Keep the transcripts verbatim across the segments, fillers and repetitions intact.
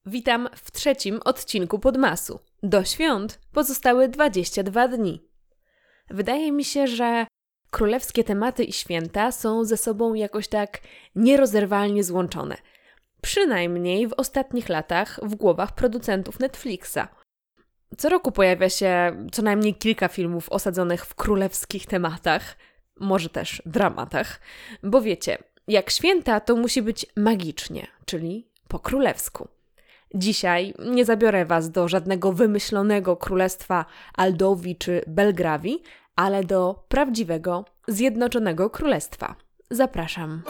Witam w trzecim odcinku Podmasu. Do świąt pozostały dwadzieścia dwa dni. Wydaje mi się, że królewskie tematy i święta są ze sobą jakoś tak nierozerwalnie złączone. Przynajmniej w ostatnich latach w głowach producentów Netflixa. Co roku pojawia się co najmniej kilka filmów osadzonych w królewskich tematach, może też dramatach, bo wiecie, jak święta to musi być magicznie, czyli po królewsku. Dzisiaj nie zabiorę Was do żadnego wymyślonego królestwa Aldowi czy Belgrawi, ale do prawdziwego, zjednoczonego królestwa. Zapraszam.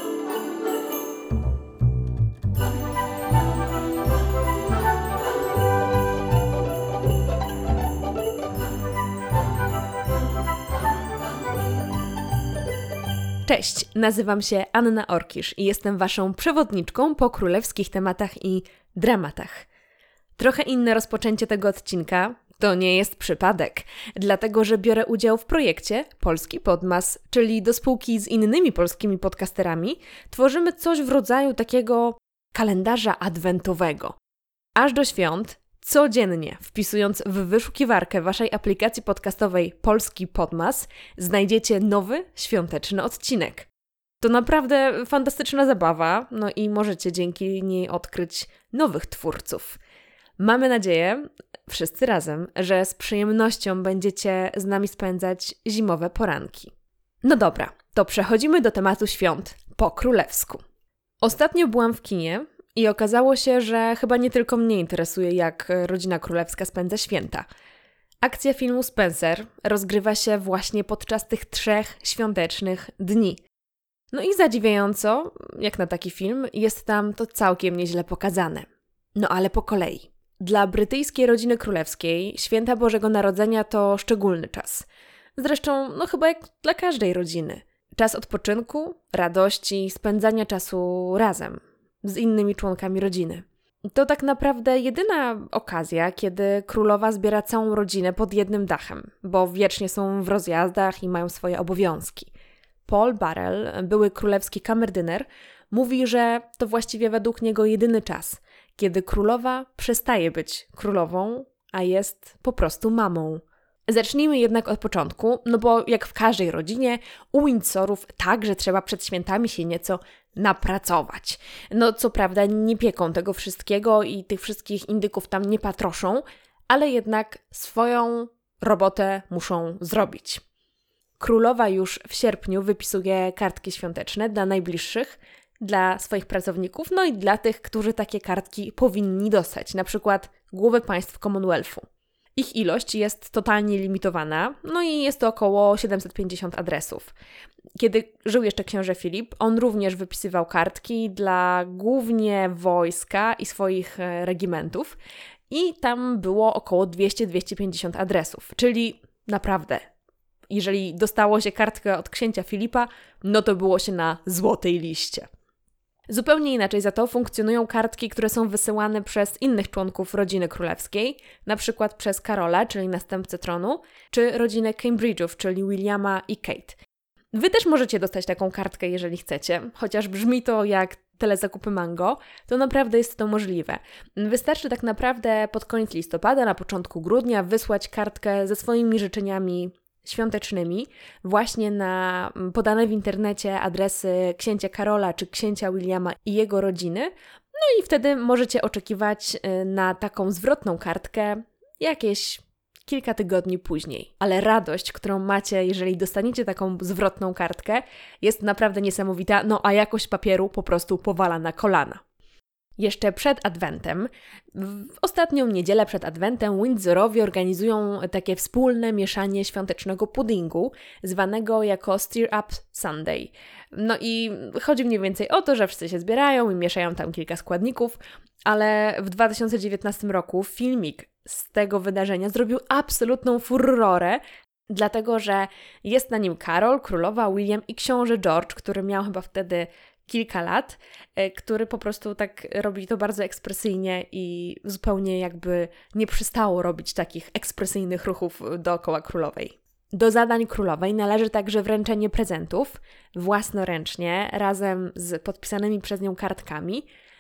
Cześć, nazywam się Anna Orkisz i jestem Waszą przewodniczką po królewskich tematach i dramatach. Trochę inne rozpoczęcie tego odcinka to nie jest przypadek, dlatego że biorę udział w projekcie Polski Podmas, czyli do spółki z innymi polskimi podcasterami tworzymy coś w rodzaju takiego kalendarza adwentowego. Aż do świąt, codziennie wpisując w wyszukiwarkę Waszej aplikacji podcastowej Polski Podmas, znajdziecie nowy, świąteczny odcinek. To naprawdę fantastyczna zabawa, no i możecie dzięki niej odkryć nowych twórców. Mamy nadzieję, wszyscy razem, że z przyjemnością będziecie z nami spędzać zimowe poranki. No dobra, to przechodzimy do tematu świąt po królewsku. Ostatnio byłam w kinie i okazało się, że chyba nie tylko mnie interesuje, jak rodzina królewska spędza święta. Akcja filmu Spencer rozgrywa się właśnie podczas tych trzech świątecznych dni. No i zadziwiająco, jak na taki film, jest tam to całkiem nieźle pokazane. No ale po kolei. Dla brytyjskiej rodziny królewskiej święta Bożego Narodzenia to szczególny czas. Zresztą, no chyba jak dla każdej rodziny. Czas odpoczynku, radości, spędzania czasu razem, z innymi członkami rodziny. To tak naprawdę jedyna okazja, kiedy królowa zbiera całą rodzinę pod jednym dachem, bo wiecznie są w rozjazdach i mają swoje obowiązki. Paul Burrell, były królewski kamerdyner, mówi, że to właściwie według niego jedyny czas, kiedy królowa przestaje być królową, a jest po prostu mamą. Zacznijmy jednak od początku, no bo jak w każdej rodzinie, u Windsorów także trzeba przed świętami się nieco napracować. No co prawda nie pieką tego wszystkiego i tych wszystkich indyków tam nie patroszą, ale jednak swoją robotę muszą zrobić. Królowa już w sierpniu wypisuje kartki świąteczne dla najbliższych, dla swoich pracowników, no i dla tych, którzy takie kartki powinni dostać, na przykład głowy państw Commonwealthu. Ich ilość jest totalnie limitowana, no i jest to około siedemset pięćdziesiąt adresów. Kiedy żył jeszcze książę Filip, on również wypisywał kartki dla głównie wojska i swoich regimentów i tam było około dwieście do dwustu pięćdziesięciu adresów, czyli naprawdę, jeżeli dostało się kartkę od księcia Filipa, no to było się na złotej liście. Zupełnie inaczej za to funkcjonują kartki, które są wysyłane przez innych członków rodziny królewskiej, na przykład przez Karola, czyli następcę tronu, czy rodzinę Cambridge'ów, czyli Williama i Kate. Wy też możecie dostać taką kartkę, jeżeli chcecie, chociaż brzmi to jak telezakupy Mango, to naprawdę jest to możliwe. Wystarczy tak naprawdę pod koniec listopada, na początku grudnia wysłać kartkę ze swoimi życzeniami świątecznymi właśnie na podane w internecie adresy księcia Karola czy księcia Williama i jego rodziny. No i wtedy możecie oczekiwać na taką zwrotną kartkę jakieś kilka tygodni później. Ale radość, którą macie, jeżeli dostaniecie taką zwrotną kartkę, jest naprawdę niesamowita, no a jakość papieru po prostu powala na kolana. Jeszcze przed Adwentem, w ostatnią niedzielę przed Adwentem Windsorowie organizują takie wspólne mieszanie świątecznego puddingu, zwanego jako Stir Up Sunday. No i chodzi mniej więcej o to, że wszyscy się zbierają i mieszają tam kilka składników, ale w dwa tysiące dziewiętnastym roku filmik z tego wydarzenia zrobił absolutną furorę, dlatego że jest na nim Karol, królowa, William i książę George, który miał chyba wtedy kilka lat, który po prostu tak robi to bardzo ekspresyjnie i zupełnie jakby nie przestało robić takich ekspresyjnych ruchów dookoła królowej. Do zadań królowej należy także wręczenie prezentów własnoręcznie razem z podpisanymi przez nią kartkami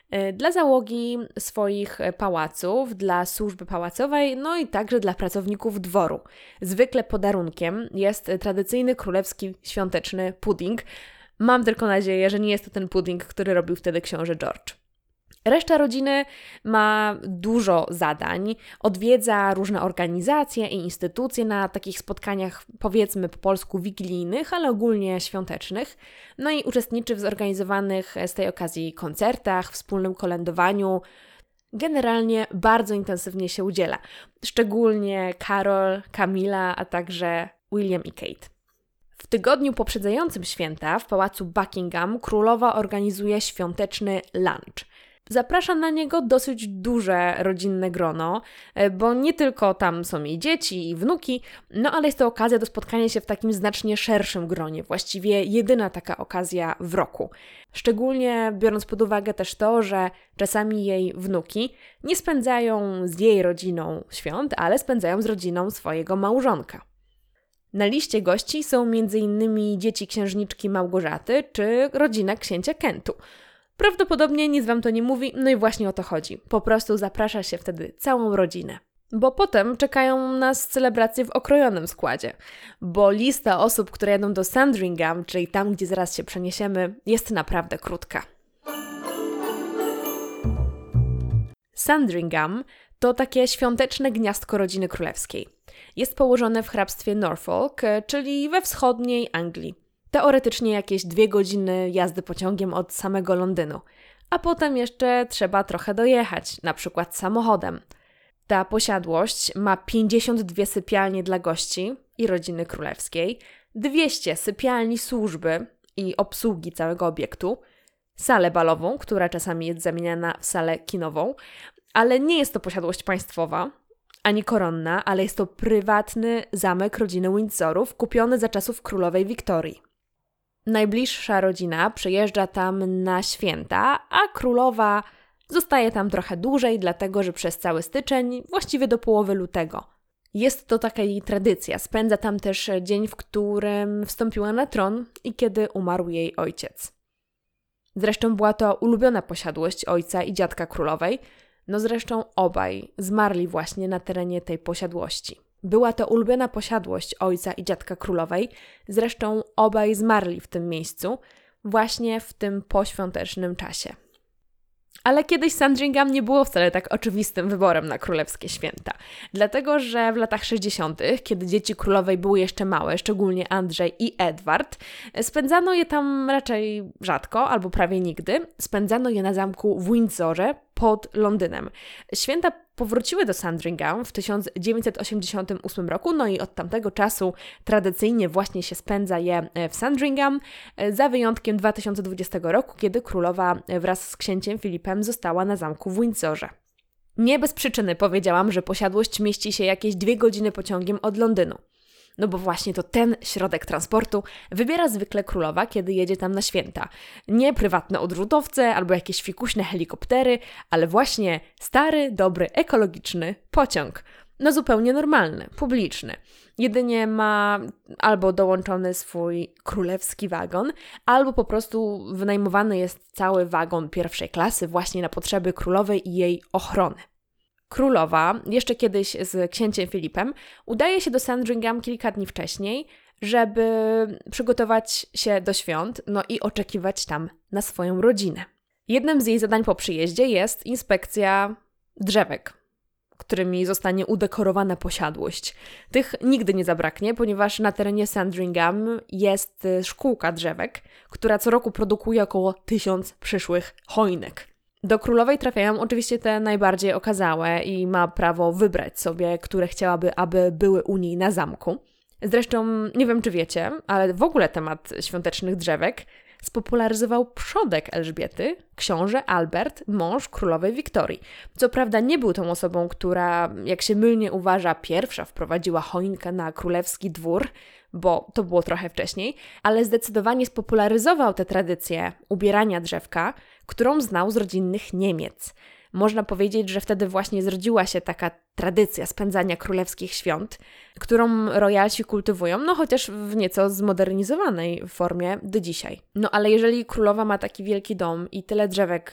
dla załogi swoich pałaców, dla służby pałacowej, no i także dla pracowników dworu. Zwykle podarunkiem jest tradycyjny królewski świąteczny pudding. Mam tylko nadzieję, że nie jest to ten pudding, który robił wtedy książę George. Reszta rodziny ma dużo zadań, odwiedza różne organizacje i instytucje na takich spotkaniach, powiedzmy po polsku wigilijnych, ale ogólnie świątecznych, no i uczestniczy w zorganizowanych z tej okazji koncertach, wspólnym kolędowaniu. Generalnie bardzo intensywnie się udziela, szczególnie Karol, Kamila, a także William i Kate. W tygodniu poprzedzającym święta w pałacu Buckingham królowa organizuje świąteczny lunch. Zaprasza na niego dosyć duże rodzinne grono, bo nie tylko tam są jej dzieci i wnuki, no ale jest to okazja do spotkania się w takim znacznie szerszym gronie, właściwie jedyna taka okazja w roku. Szczególnie biorąc pod uwagę też to, że czasami jej wnuki nie spędzają z jej rodziną świąt, ale spędzają z rodziną swojego małżonka. Na liście gości są między innymi dzieci księżniczki Małgorzaty czy rodzina księcia Kentu. Prawdopodobnie nic Wam to nie mówi, no i właśnie o to chodzi. Po prostu zaprasza się wtedy całą rodzinę. Bo potem czekają nas celebracje w okrojonym składzie, bo lista osób, które jadą do Sandringham, czyli tam, gdzie zaraz się przeniesiemy, jest naprawdę krótka. Sandringham to takie świąteczne gniazdko rodziny królewskiej. Jest położone w hrabstwie Norfolk, czyli we wschodniej Anglii. Teoretycznie jakieś dwie godziny jazdy pociągiem od samego Londynu, a potem jeszcze trzeba trochę dojechać, na przykład samochodem. Ta posiadłość ma pięćdziesiąt dwie sypialnie dla gości i rodziny królewskiej, dwieście sypialni służby i obsługi całego obiektu, salę balową, która czasami jest zamieniana w salę kinową, ale nie jest to posiadłość państwowa, ani koronna, ale jest to prywatny zamek rodziny Windsorów kupiony za czasów królowej Wiktorii. Najbliższa rodzina przyjeżdża tam na święta, a królowa zostaje tam trochę dłużej, dlatego że przez cały styczeń, właściwie do połowy lutego. Jest to taka jej tradycja. Spędza tam też dzień, w którym wstąpiła na tron i kiedy umarł jej ojciec. Zresztą była to ulubiona posiadłość ojca i dziadka królowej, no zresztą obaj zmarli właśnie na terenie tej posiadłości. Była to ulubiona posiadłość ojca i dziadka królowej, zresztą obaj zmarli w tym miejscu, właśnie w tym poświątecznym czasie. Ale kiedyś Sandringham nie było wcale tak oczywistym wyborem na królewskie święta, dlatego że w latach sześćdziesiątych, kiedy dzieci królowej były jeszcze małe, szczególnie Andrzej i Edward, spędzano je tam raczej rzadko albo prawie nigdy, spędzano je na zamku w Windsorze pod Londynem. Święta powróciły do Sandringham w tysiąc dziewięćset osiemdziesiątym ósmym roku, no i od tamtego czasu tradycyjnie właśnie się spędza je w Sandringham, za wyjątkiem dwa tysiące dwudziestego roku, kiedy królowa wraz z księciem Filipem została na zamku w Windsorze. Nie bez przyczyny powiedziałam, że posiadłość mieści się jakieś dwie godziny pociągiem od Londynu. No bo właśnie to ten środek transportu wybiera zwykle królowa, kiedy jedzie tam na święta. Nie prywatne odrzutowce albo jakieś fikuśne helikoptery, ale właśnie stary, dobry, ekologiczny pociąg. No zupełnie normalny, publiczny. Jedynie ma albo dołączony swój królewski wagon, albo po prostu wynajmowany jest cały wagon pierwszej klasy właśnie na potrzeby królowej i jej ochrony. Królowa, jeszcze kiedyś z księciem Filipem, udaje się do Sandringham kilka dni wcześniej, żeby przygotować się do świąt, no i oczekiwać tam na swoją rodzinę. Jednym z jej zadań po przyjeździe jest inspekcja drzewek, którymi zostanie udekorowana posiadłość. Tych nigdy nie zabraknie, ponieważ na terenie Sandringham jest szkółka drzewek, która co roku produkuje około tysiąc przyszłych choinek. Do królowej trafiają oczywiście te najbardziej okazałe i ma prawo wybrać sobie, które chciałaby, aby były u niej na zamku. Zresztą nie wiem, czy wiecie, ale w ogóle temat świątecznych drzewek spopularyzował przodek Elżbiety, książę Albert, mąż królowej Wiktorii. Co prawda nie był tą osobą, która, jak się mylnie uważa, pierwsza wprowadziła choinkę na królewski dwór, bo to było trochę wcześniej, ale zdecydowanie spopularyzował tę tradycję ubierania drzewka, którą znał z rodzinnych Niemiec. Można powiedzieć, że wtedy właśnie zrodziła się taka tradycja spędzania królewskich świąt, którą royalsi kultywują, no chociaż w nieco zmodernizowanej formie do dzisiaj. No ale jeżeli królowa ma taki wielki dom i tyle drzewek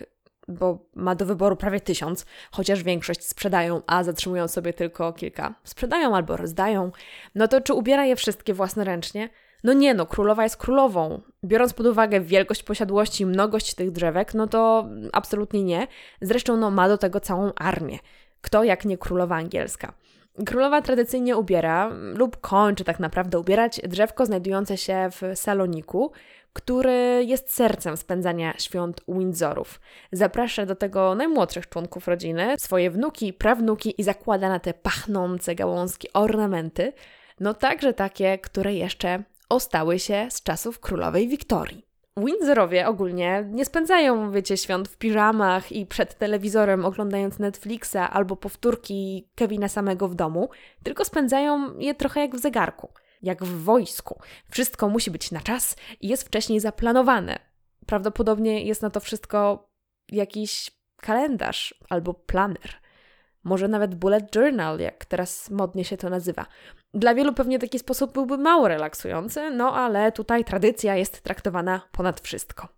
bo ma do wyboru prawie tysiąc, chociaż większość sprzedają, a zatrzymują sobie tylko kilka. Sprzedają albo rozdają. No to czy ubiera je wszystkie własnoręcznie? No nie, no królowa jest królową. Biorąc pod uwagę wielkość posiadłości i mnogość tych drzewek, no to absolutnie nie. Zresztą no ma do tego całą armię. Kto jak nie królowa angielska? Królowa tradycyjnie ubiera lub kończy tak naprawdę ubierać drzewko znajdujące się w saloniku, który jest sercem spędzania świąt Windsorów. Zaprasza do tego najmłodszych członków rodziny, swoje wnuki, prawnuki i zakłada na te pachnące gałązki ornamenty, no także takie, które jeszcze ostały się z czasów królowej Wiktorii. Windsorowie ogólnie nie spędzają, wiecie, świąt w piżamach i przed telewizorem oglądając Netflixa albo powtórki Kevina samego w domu, tylko spędzają je trochę jak w zegarku, jak w wojsku. Wszystko musi być na czas i jest wcześniej zaplanowane. Prawdopodobnie jest na to wszystko jakiś kalendarz albo planer. Może nawet bullet journal, jak teraz modnie się to nazywa. Dla wielu pewnie taki sposób byłby mało relaksujący, no ale tutaj tradycja jest traktowana ponad wszystko.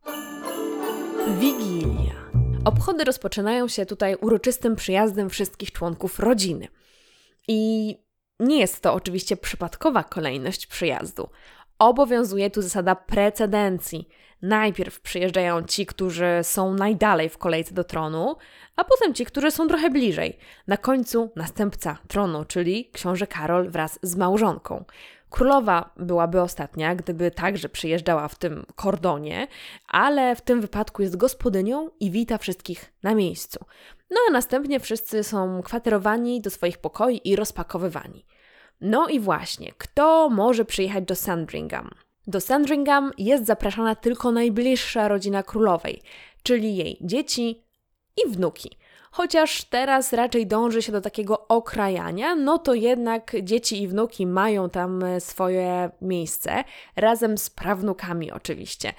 Wigilia. Obchody rozpoczynają się tutaj uroczystym przyjazdem wszystkich członków rodziny. I nie jest to oczywiście przypadkowa kolejność przyjazdu. Obowiązuje tu zasada precedencji. Najpierw przyjeżdżają ci, którzy są najdalej w kolejce do tronu, a potem ci, którzy są trochę bliżej. Na końcu następca tronu, czyli książę Karol wraz z małżonką. Królowa byłaby ostatnia, gdyby także przyjeżdżała w tym kordonie, ale w tym wypadku jest gospodynią i wita wszystkich na miejscu. No a następnie wszyscy są kwaterowani do swoich pokoi i rozpakowywani. No i właśnie, kto może przyjechać do Sandringham? Do Sandringham jest zapraszana tylko najbliższa rodzina królowej, czyli jej dzieci i wnuki. Chociaż teraz raczej dąży się do takiego okrajania, no to jednak dzieci i wnuki mają tam swoje miejsce, razem z prawnukami oczywiście.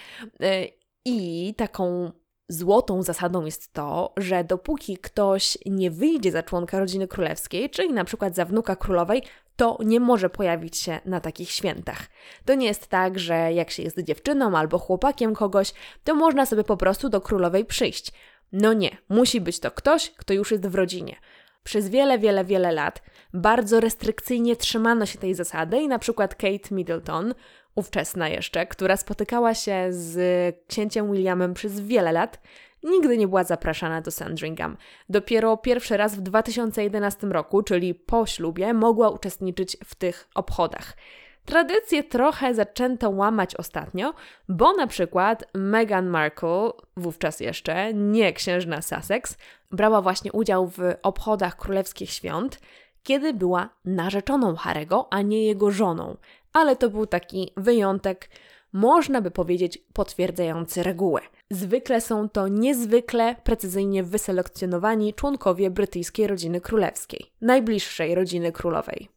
I taką złotą zasadą jest to, że dopóki ktoś nie wyjdzie za członka rodziny królewskiej, czyli na przykład za wnuka królowej, to nie może pojawić się na takich świętach. To nie jest tak, że jak się jest dziewczyną albo chłopakiem kogoś, to można sobie po prostu do królowej przyjść. No nie, musi być to ktoś, kto już jest w rodzinie. Przez wiele, wiele, wiele lat bardzo restrykcyjnie trzymano się tej zasady i na przykład Kate Middleton, ówczesna jeszcze, która spotykała się z księciem Williamem przez wiele lat, nigdy nie była zapraszana do Sandringham. Dopiero pierwszy raz w dwa tysiące jedenastym roku, czyli po ślubie, mogła uczestniczyć w tych obchodach. Tradycję trochę zaczęto łamać ostatnio, bo na przykład Meghan Markle, wówczas jeszcze nie księżna Sussex, brała właśnie udział w obchodach królewskich świąt, kiedy była narzeczoną Harry'ego, a nie jego żoną. Ale to był taki wyjątek, można by powiedzieć, potwierdzający regułę. Zwykle są to niezwykle precyzyjnie wyselekcjonowani członkowie brytyjskiej rodziny królewskiej, najbliższej rodziny królowej.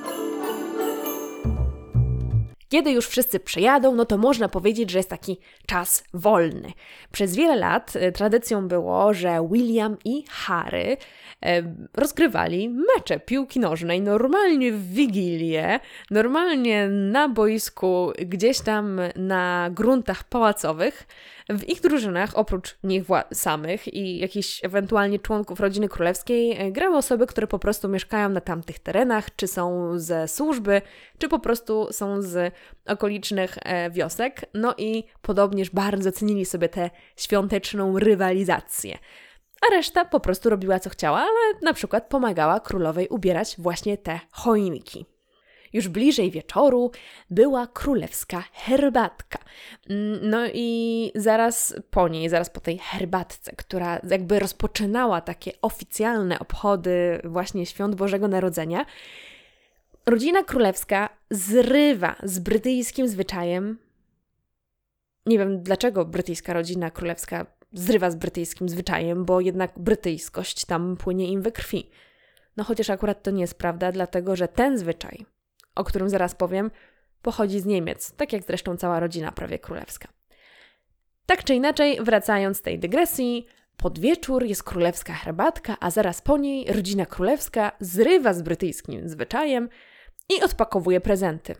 Kiedy już wszyscy przyjadą, no to można powiedzieć, że jest taki czas wolny. Przez wiele lat e, tradycją było, że William i Harry e, rozgrywali mecze piłki nożnej normalnie w Wigilię, normalnie na boisku, gdzieś tam na gruntach pałacowych. W ich drużynach, oprócz nich wła- samych i jakichś ewentualnie członków rodziny królewskiej, e, grały osoby, które po prostu mieszkają na tamtych terenach, czy są ze służby, czy po prostu są z okolicznych e, wiosek. No i podobnież bardzo cenili sobie tę świąteczną rywalizację. A reszta po prostu robiła co chciała, ale na przykład pomagała królowej ubierać właśnie te choinki. Już bliżej wieczoru była królewska herbatka. No i zaraz po niej, zaraz po tej herbatce, która jakby rozpoczynała takie oficjalne obchody właśnie świąt Bożego Narodzenia, rodzina królewska zrywa z brytyjskim zwyczajem. Nie wiem, dlaczego brytyjska rodzina królewska zrywa z brytyjskim zwyczajem, bo jednak brytyjskość tam płynie im we krwi. No chociaż akurat to nie jest prawda, dlatego że ten zwyczaj, o którym zaraz powiem, pochodzi z Niemiec, tak jak zresztą cała rodzina prawie królewska. Tak czy inaczej, wracając z tej dygresji, pod wieczór jest królewska herbatka, a zaraz po niej rodzina królewska zrywa z brytyjskim zwyczajem i odpakowuje prezenty.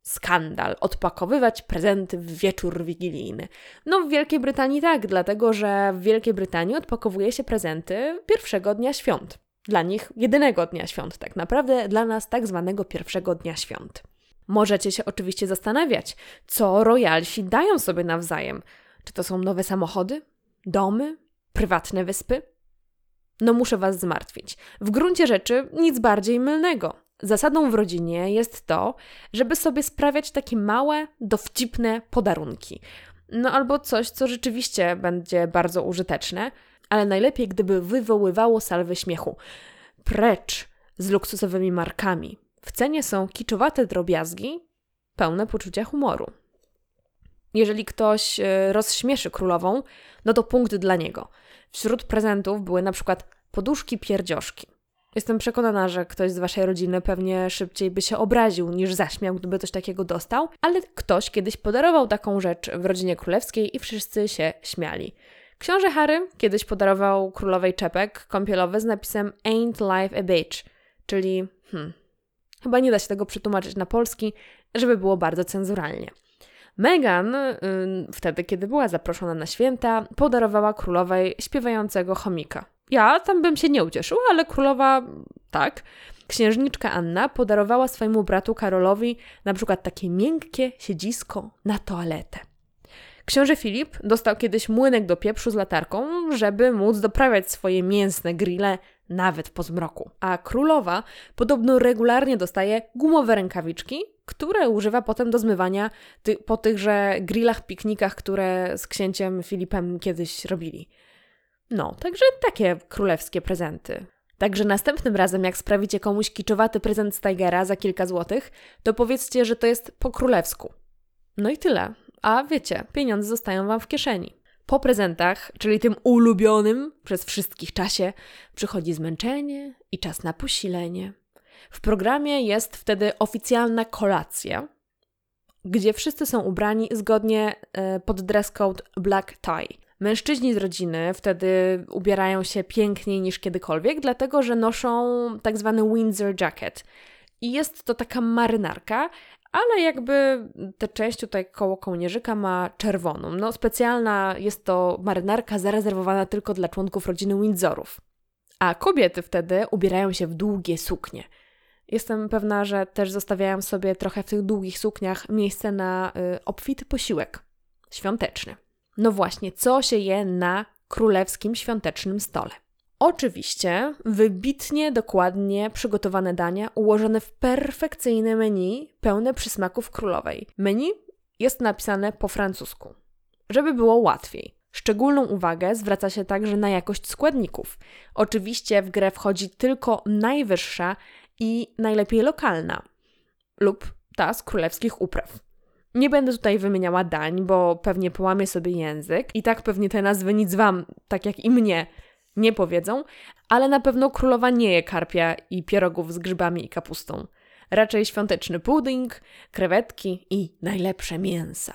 skandal odpakowywać prezenty w wieczór wigilijny. No w Wielkiej Brytanii tak, dlatego że w Wielkiej Brytanii odpakowuje się prezenty pierwszego dnia świąt. Dla nich jedynego dnia świąt, tak naprawdę dla nas tak zwanego pierwszego dnia świąt. Możecie się oczywiście zastanawiać, co royalsi dają sobie nawzajem. Czy to są nowe samochody, domy, prywatne wyspy? No muszę Was zmartwić. W gruncie rzeczy nic bardziej mylnego. Zasadą w rodzinie jest to, żeby sobie sprawiać takie małe, dowcipne podarunki. No albo coś, co rzeczywiście będzie bardzo użyteczne, ale najlepiej, gdyby wywoływało salwy śmiechu. Precz z luksusowymi markami. W cenie są kiczowate drobiazgi, pełne poczucia humoru. Jeżeli ktoś rozśmieszy królową, no to punkt dla niego. Wśród prezentów były na przykład poduszki pierdzioszki. Jestem przekonana, że ktoś z Waszej rodziny pewnie szybciej by się obraził niż zaśmiał, gdyby coś takiego dostał, ale ktoś kiedyś podarował taką rzecz w rodzinie królewskiej i wszyscy się śmiali. Książę Harry kiedyś podarował królowej czepek kąpielowy z napisem Ain't life a bitch, czyli hmm, chyba nie da się tego przetłumaczyć na polski, żeby było bardzo cenzuralnie. Meghan, yy, wtedy kiedy była zaproszona na święta, podarowała królowej śpiewającego chomika. Ja tam bym się nie ucieszyła, ale królowa tak. Księżniczka Anna podarowała swojemu bratu Karolowi na przykład takie miękkie siedzisko na toaletę. Książę Filip dostał kiedyś młynek do pieprzu z latarką, żeby móc doprawiać swoje mięsne grille nawet po zmroku. A królowa podobno regularnie dostaje gumowe rękawiczki, które używa potem do zmywania ty- po tychże grillach, piknikach, które z księciem Filipem kiedyś robili. No, także takie królewskie prezenty. Także następnym razem, jak sprawicie komuś kiczowaty prezent z Tigera za kilka złotych, to powiedzcie, że to jest po królewsku. No i tyle. A wiecie, pieniądze zostają Wam w kieszeni. Po prezentach, czyli tym ulubionym przez wszystkich czasie, przychodzi zmęczenie i czas na posilenie. W programie jest wtedy oficjalna kolacja, gdzie wszyscy są ubrani zgodnie e, pod dress code black tie. Mężczyźni z rodziny wtedy ubierają się piękniej niż kiedykolwiek, dlatego że noszą tak zwany Windsor jacket. I jest to taka marynarka, ale jakby tę część tutaj koło kołnierzyka ma czerwoną. No specjalna jest to marynarka zarezerwowana tylko dla członków rodziny Windsorów. A kobiety wtedy ubierają się w długie suknie. Jestem pewna, że też zostawiają sobie trochę w tych długich sukniach miejsce na y, obfity posiłek świąteczny. No właśnie, co się je na królewskim świątecznym stole? Oczywiście wybitnie dokładnie przygotowane dania ułożone w perfekcyjne menu pełne przysmaków królowej. Menu jest napisane po francusku, żeby było łatwiej. Szczególną uwagę zwraca się także na jakość składników. Oczywiście w grę wchodzi tylko najwyższa i najlepiej lokalna lub ta z królewskich upraw. Nie będę tutaj wymieniała dań, bo pewnie połamię sobie język i tak pewnie te nazwy nic Wam, tak jak i mnie, nie powiedzą, ale na pewno królowa nie je karpia i pierogów z grzybami i kapustą. Raczej świąteczny pudding, krewetki i najlepsze mięsa.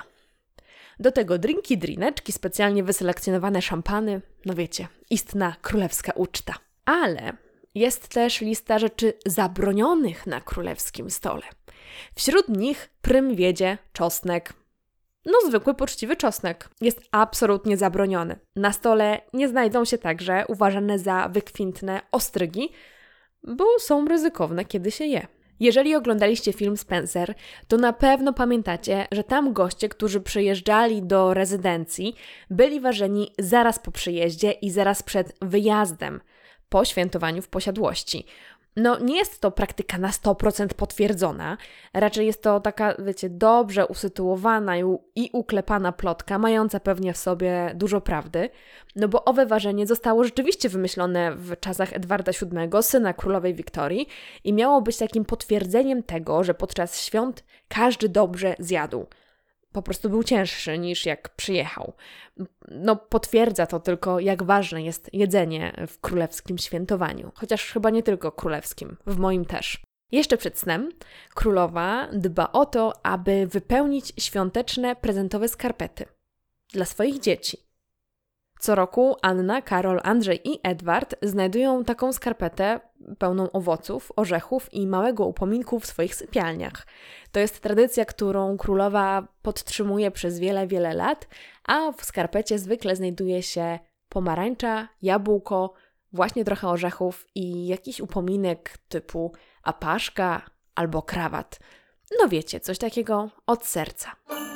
Do tego drinki, drineczki, specjalnie wyselekcjonowane szampany, no wiecie, istna królewska uczta. Ale jest też lista rzeczy zabronionych na królewskim stole. Wśród nich prym wiedzie czosnek. No zwykły, poczciwy czosnek jest absolutnie zabroniony. Na stole nie znajdą się także uważane za wykwintne ostrygi, bo są ryzykowne, kiedy się je. Jeżeli oglądaliście film Spencer, to na pewno pamiętacie, że tam goście, którzy przyjeżdżali do rezydencji, byli ważeni zaraz po przyjeździe i zaraz przed wyjazdem, po świętowaniu w posiadłości. No nie jest to praktyka na sto procent potwierdzona, raczej jest to taka, wiecie, dobrze usytuowana i uklepana plotka, mająca pewnie w sobie dużo prawdy, no bo owe ważenie zostało rzeczywiście wymyślone w czasach Edwarda siódmego, syna królowej Wiktorii i miało być takim potwierdzeniem tego, że podczas świąt każdy dobrze zjadł. Po prostu był cięższy niż jak przyjechał. No potwierdza to tylko, jak ważne jest jedzenie w królewskim świętowaniu. Chociaż chyba nie tylko królewskim, w moim też. Jeszcze przed snem królowa dba o to, aby wypełnić świąteczne prezentowe skarpety dla swoich dzieci. Co roku Anna, Karol, Andrzej i Edward znajdują taką skarpetę pełną owoców, orzechów i małego upominku w swoich sypialniach. To jest tradycja, którą królowa podtrzymuje przez wiele, wiele lat, a w skarpecie zwykle znajduje się pomarańcza, jabłko, właśnie trochę orzechów i jakiś upominek typu apaszka albo krawat. No wiecie, coś takiego od serca.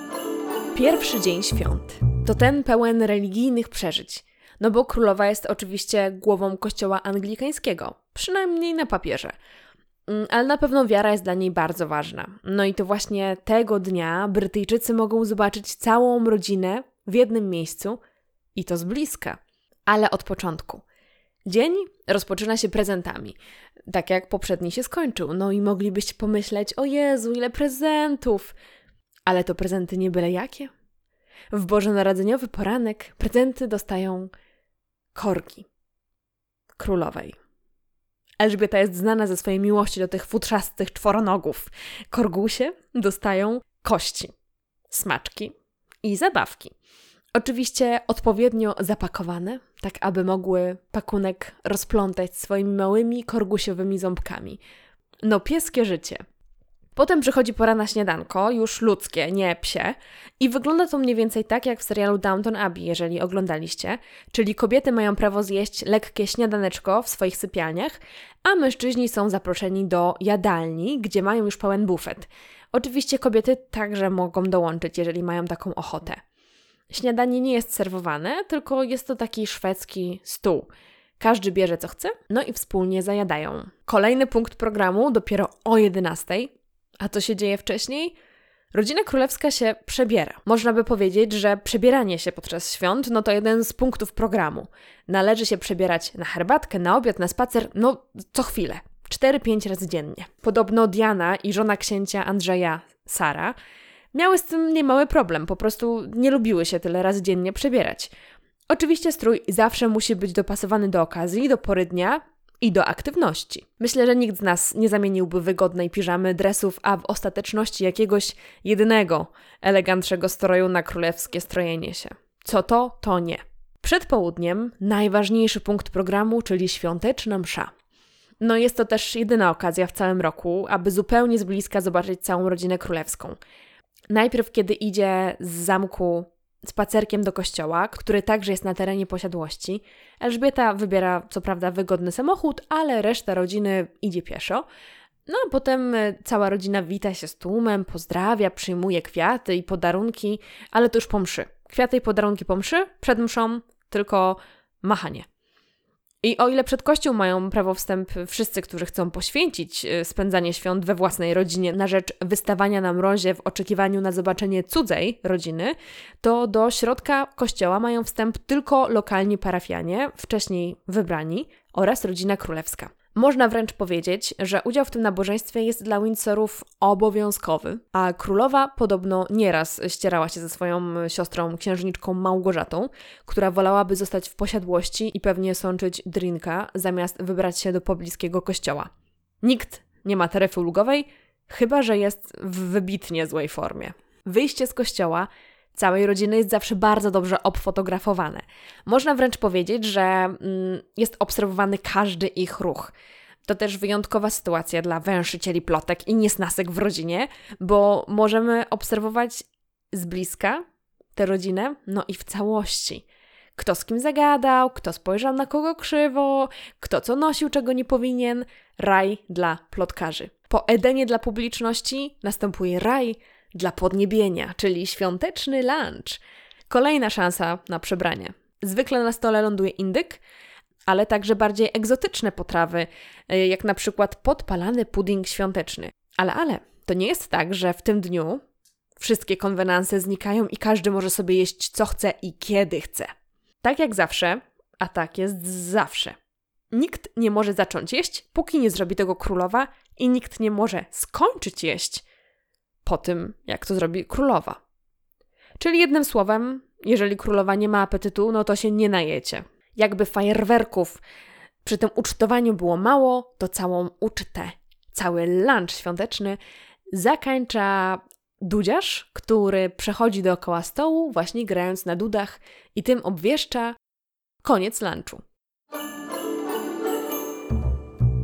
Pierwszy dzień świąt to ten pełen religijnych przeżyć, no bo królowa jest oczywiście głową kościoła anglikańskiego, przynajmniej na papierze. Ale na pewno wiara jest dla niej bardzo ważna. No i to właśnie tego dnia Brytyjczycy mogą zobaczyć całą rodzinę w jednym miejscu i to z bliska, ale od początku. Dzień rozpoczyna się prezentami, tak jak poprzedni się skończył. No i moglibyście pomyśleć, o Jezu, ile prezentów! Ale to prezenty nie byle jakie. W bożonarodzeniowy poranek prezenty dostają korgi królowej. Elżbieta jest znana ze swojej miłości do tych futrzastych czworonogów. Korgusie dostają kości, smaczki i zabawki. Oczywiście odpowiednio zapakowane, tak aby mogły pakunek rozplątać swoimi małymi korgusiowymi ząbkami. No pieskie życie. Potem przychodzi pora na śniadanko, już ludzkie, nie psie. I wygląda to mniej więcej tak jak w serialu Downton Abbey, jeżeli oglądaliście. Czyli kobiety mają prawo zjeść lekkie śniadaneczko w swoich sypialniach, a mężczyźni są zaproszeni do jadalni, gdzie mają już pełen bufet. Oczywiście kobiety także mogą dołączyć, jeżeli mają taką ochotę. Śniadanie nie jest serwowane, tylko jest to taki szwedzki stół. Każdy bierze co chce, no i wspólnie zajadają. Kolejny punkt programu dopiero o jedenastej. A co się dzieje wcześniej? Rodzina królewska się przebiera. Można by powiedzieć, że przebieranie się podczas świąt no to jeden z punktów programu. Należy się przebierać na herbatkę, na obiad, na spacer, no co chwilę. cztery pięć razy dziennie. Podobno Diana i żona księcia Andrzeja, Sara, miały z tym niemały problem. Po prostu nie lubiły się tyle razy dziennie przebierać. Oczywiście strój zawsze musi być dopasowany do okazji, do pory dnia i do aktywności. Myślę, że nikt z nas nie zamieniłby wygodnej piżamy, dresów, a w ostateczności jakiegoś jedynego elegantszego stroju na królewskie strojenie się. Co to, to nie. Przed południem najważniejszy punkt programu, czyli świąteczna msza. No jest to też jedyna okazja w całym roku, aby zupełnie z bliska zobaczyć całą rodzinę królewską. Najpierw, kiedy idzie z zamku spacerkiem do kościoła, który także jest na terenie posiadłości. Elżbieta wybiera co prawda wygodny samochód, ale reszta rodziny idzie pieszo. No a potem cała rodzina wita się z tłumem, pozdrawia, przyjmuje kwiaty i podarunki, ale to już po mszy. Kwiaty i podarunki po mszy, przed mszą tylko machanie. I o ile przed kościół mają prawo wstęp wszyscy, którzy chcą poświęcić spędzanie świąt we własnej rodzinie na rzecz wystawania na mrozie w oczekiwaniu na zobaczenie cudzej rodziny, to do środka kościoła mają wstęp tylko lokalni parafianie, wcześniej wybrani, oraz rodzina królewska. Można wręcz powiedzieć, że udział w tym nabożeństwie jest dla Windsorów obowiązkowy, a królowa podobno nieraz ścierała się ze swoją siostrą księżniczką Małgorzatą, która wolałaby zostać w posiadłości i pewnie sączyć drinka, zamiast wybrać się do pobliskiego kościoła. Nikt nie ma taryfy ulgowej, chyba że jest w wybitnie złej formie. Wyjście z kościoła całej rodziny jest zawsze bardzo dobrze obfotografowane. Można wręcz powiedzieć, że mm, jest obserwowany każdy ich ruch. To też wyjątkowa sytuacja dla węszycieli plotek i niesnasek w rodzinie, bo możemy obserwować z bliska tę rodzinę, no i w całości. Kto z kim zagadał, kto spojrzał na kogo krzywo, kto co nosił, czego nie powinien. Raj dla plotkarzy. Po Edenie dla publiczności następuje raj dla podniebienia, czyli świąteczny lunch. Kolejna szansa na przebranie. Zwykle na stole ląduje indyk, ale także bardziej egzotyczne potrawy, jak na przykład podpalany pudding świąteczny. Ale, ale, to nie jest tak, że w tym dniu wszystkie konwenanse znikają i każdy może sobie jeść co chce i kiedy chce. Tak jak zawsze, a tak jest zawsze. Nikt nie może zacząć jeść, póki nie zrobi tego królowa i nikt nie może skończyć jeść po tym, jak to zrobi królowa. Czyli jednym słowem, jeżeli królowa nie ma apetytu, no to się nie najecie. Jakby fajerwerków przy tym ucztowaniu było mało, to całą ucztę, cały lunch świąteczny zakańcza dudziarz, który przechodzi dookoła stołu, właśnie grając na dudach i tym obwieszcza koniec lunchu.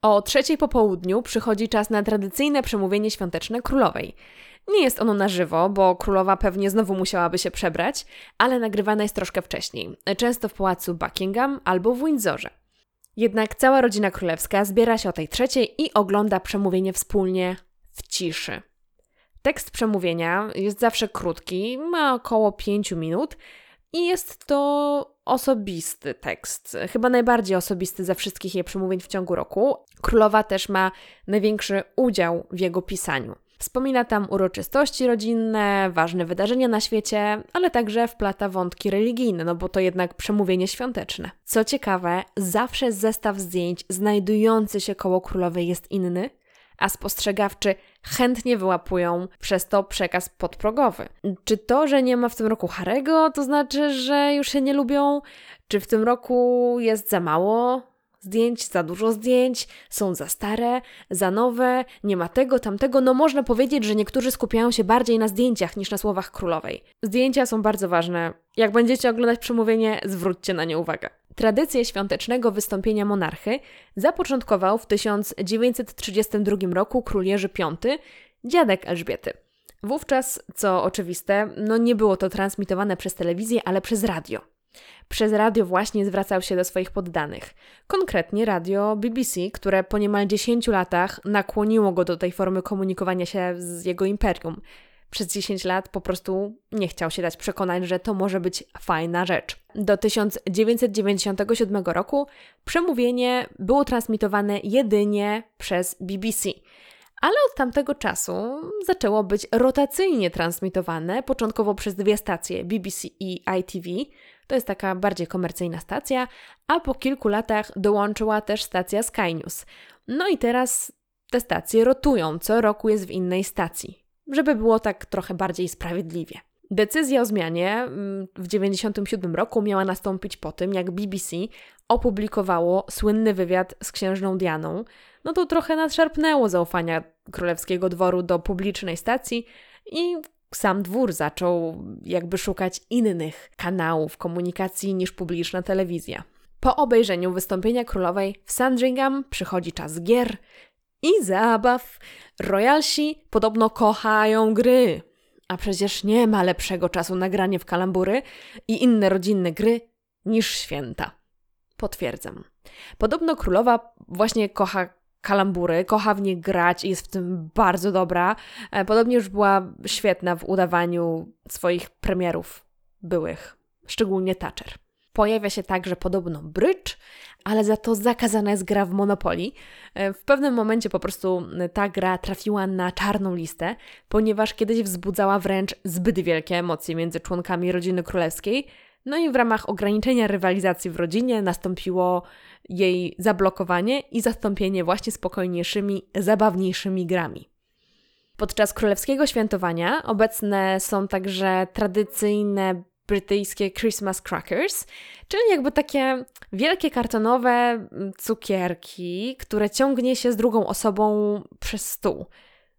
O trzeciej po południu przychodzi czas na tradycyjne przemówienie świąteczne królowej. Nie jest ono na żywo, bo królowa pewnie znowu musiałaby się przebrać, ale nagrywane jest troszkę wcześniej, często w pałacu Buckingham albo w Windsorze. Jednak cała rodzina królewska zbiera się o tej trzeciej i ogląda przemówienie wspólnie w ciszy. Tekst przemówienia jest zawsze krótki, ma około pięciu minut i jest to osobisty tekst, chyba najbardziej osobisty ze wszystkich jej przemówień w ciągu roku. Królowa też ma największy udział w jego pisaniu. Wspomina tam uroczystości rodzinne, ważne wydarzenia na świecie, ale także wplata wątki religijne, no bo to jednak przemówienie świąteczne. Co ciekawe, zawsze zestaw zdjęć znajdujący się koło królowej jest inny, a spostrzegawczy chętnie wyłapują przez to przekaz podprogowy. Czy to, że nie ma w tym roku Harry'ego, to znaczy, że już się nie lubią? Czy w tym roku jest za mało zdjęć, za dużo zdjęć, są za stare, za nowe, nie ma tego, tamtego? No można powiedzieć, że niektórzy skupiają się bardziej na zdjęciach niż na słowach królowej. Zdjęcia są bardzo ważne. Jak będziecie oglądać przemówienie, zwróćcie na nie uwagę. Tradycję świątecznego wystąpienia monarchy zapoczątkował w tysiąc dziewięćset trzydziestym drugim roku król Jerzy Piąty, dziadek Elżbiety. Wówczas, co oczywiste, no nie było to transmitowane przez telewizję, ale przez radio. Przez radio właśnie zwracał się do swoich poddanych. Konkretnie radio B B C, które po niemal dziesięciu latach nakłoniło go do tej formy komunikowania się z jego imperium. Przez dziesięć lat po prostu nie chciał się dać przekonać, że to może być fajna rzecz. Do tysiąc dziewięćset dziewięćdziesiątego siódmego roku przemówienie było transmitowane jedynie przez B B C. Ale od tamtego czasu zaczęło być rotacyjnie transmitowane, początkowo przez dwie stacje, B B C i I T V. To jest taka bardziej komercyjna stacja, a po kilku latach dołączyła też stacja Sky News. No i teraz te stacje rotują, co roku jest w innej stacji, żeby było tak trochę bardziej sprawiedliwie. Decyzja o zmianie w dziewięćdziesiątym siódmym roku miała nastąpić po tym, jak B B C opublikowało słynny wywiad z księżną Dianą. No to trochę nadszarpnęło zaufania królewskiego dworu do publicznej stacji i sam dwór zaczął jakby szukać innych kanałów komunikacji niż publiczna telewizja. Po obejrzeniu wystąpienia królowej w Sandringham przychodzi czas gier i zabaw. Royalsi podobno kochają gry, a przecież nie ma lepszego czasu na granie w kalambury i inne rodzinne gry niż święta. Potwierdzam. Podobno królowa właśnie kocha kalambury, kocha w nie grać i jest w tym bardzo dobra. Podobnie już była świetna w udawaniu swoich premierów byłych, szczególnie Thatcher. Pojawia się także podobno brydż, ale za to zakazana jest gra w Monopoly. W pewnym momencie po prostu ta gra trafiła na czarną listę, ponieważ kiedyś wzbudzała wręcz zbyt wielkie emocje między członkami rodziny królewskiej. No i w ramach ograniczenia rywalizacji w rodzinie nastąpiło jej zablokowanie i zastąpienie właśnie spokojniejszymi, zabawniejszymi grami. Podczas królewskiego świętowania obecne są także tradycyjne brytyjskie Christmas crackers, czyli jakby takie wielkie kartonowe cukierki, które ciągnie się z drugą osobą przez stół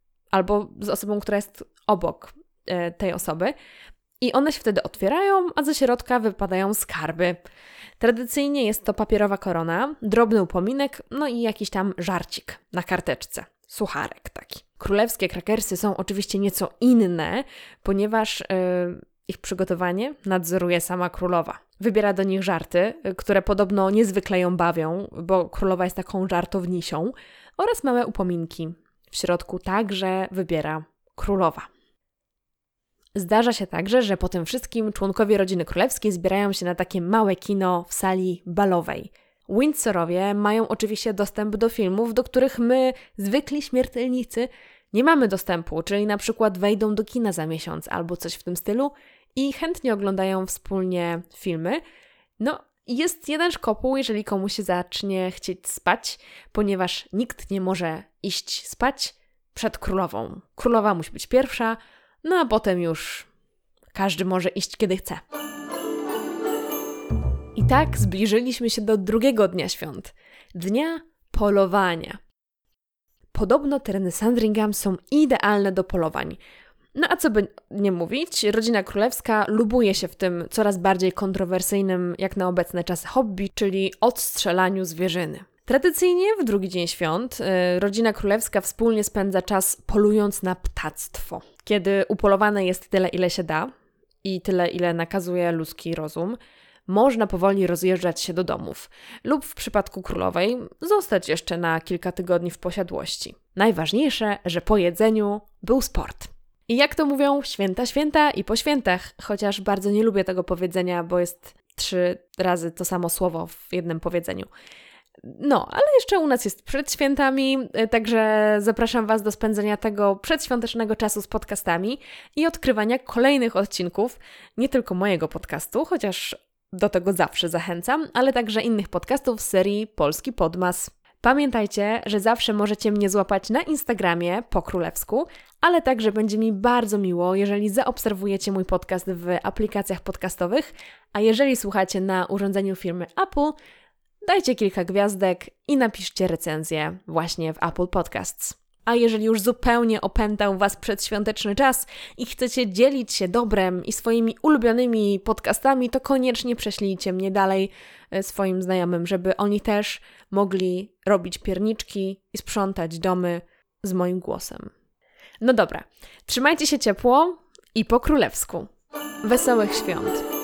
albo z osobą, która jest obok e, tej osoby. I one się wtedy otwierają, a ze środka wypadają skarby. Tradycyjnie jest to papierowa korona, drobny upominek, no i jakiś tam żarcik na karteczce. Sucharek taki. Królewskie krakersy są oczywiście nieco inne, ponieważ yy, ich przygotowanie nadzoruje sama królowa. Wybiera do nich żarty, które podobno niezwykle ją bawią, bo królowa jest taką żartownisią, oraz małe upominki. W środku także wybiera królowa. Zdarza się także, że po tym wszystkim członkowie rodziny królewskiej zbierają się na takie małe kino w sali balowej. Windsorowie mają oczywiście dostęp do filmów, do których my, zwykli śmiertelnicy, nie mamy dostępu, czyli na przykład wejdą do kina za miesiąc albo coś w tym stylu i chętnie oglądają wspólnie filmy. No, jest jeden szkopuł, jeżeli komuś się zacznie chcieć spać, ponieważ nikt nie może iść spać przed królową. Królowa musi być pierwsza, no a potem już każdy może iść kiedy chce. I tak zbliżyliśmy się do drugiego dnia świąt. Dnia polowania. Podobno tereny Sandringham są idealne do polowań. No a co by nie mówić, rodzina królewska lubuje się w tym coraz bardziej kontrowersyjnym jak na obecne czasy hobby, czyli odstrzelaniu zwierzyny. Tradycyjnie w drugi dzień świąt yy, rodzina królewska wspólnie spędza czas polując na ptactwo. Kiedy upolowane jest tyle, ile się da i tyle, ile nakazuje ludzki rozum, można powoli rozjeżdżać się do domów lub w przypadku królowej zostać jeszcze na kilka tygodni w posiadłości. Najważniejsze, że po jedzeniu był sport. I jak to mówią, święta, święta i po świętach, chociaż bardzo nie lubię tego powiedzenia, bo jest trzy razy to samo słowo w jednym powiedzeniu. No, ale jeszcze u nas jest przed świętami, także zapraszam Was do spędzenia tego przedświątecznego czasu z podcastami i odkrywania kolejnych odcinków, nie tylko mojego podcastu, chociaż do tego zawsze zachęcam, ale także innych podcastów z serii Polski Podmas. Pamiętajcie, że zawsze możecie mnie złapać na Instagramie po królewsku, ale także będzie mi bardzo miło, jeżeli zaobserwujecie mój podcast w aplikacjach podcastowych, a jeżeli słuchacie na urządzeniu firmy Apple, dajcie kilka gwiazdek i napiszcie recenzję właśnie w Apple Podcasts. A jeżeli już zupełnie opętał Was przedświąteczny czas i chcecie dzielić się dobrem i swoimi ulubionymi podcastami, to koniecznie prześlijcie mnie dalej swoim znajomym, żeby oni też mogli robić pierniczki i sprzątać domy z moim głosem. No dobra, trzymajcie się ciepło i po królewsku. Wesołych świąt!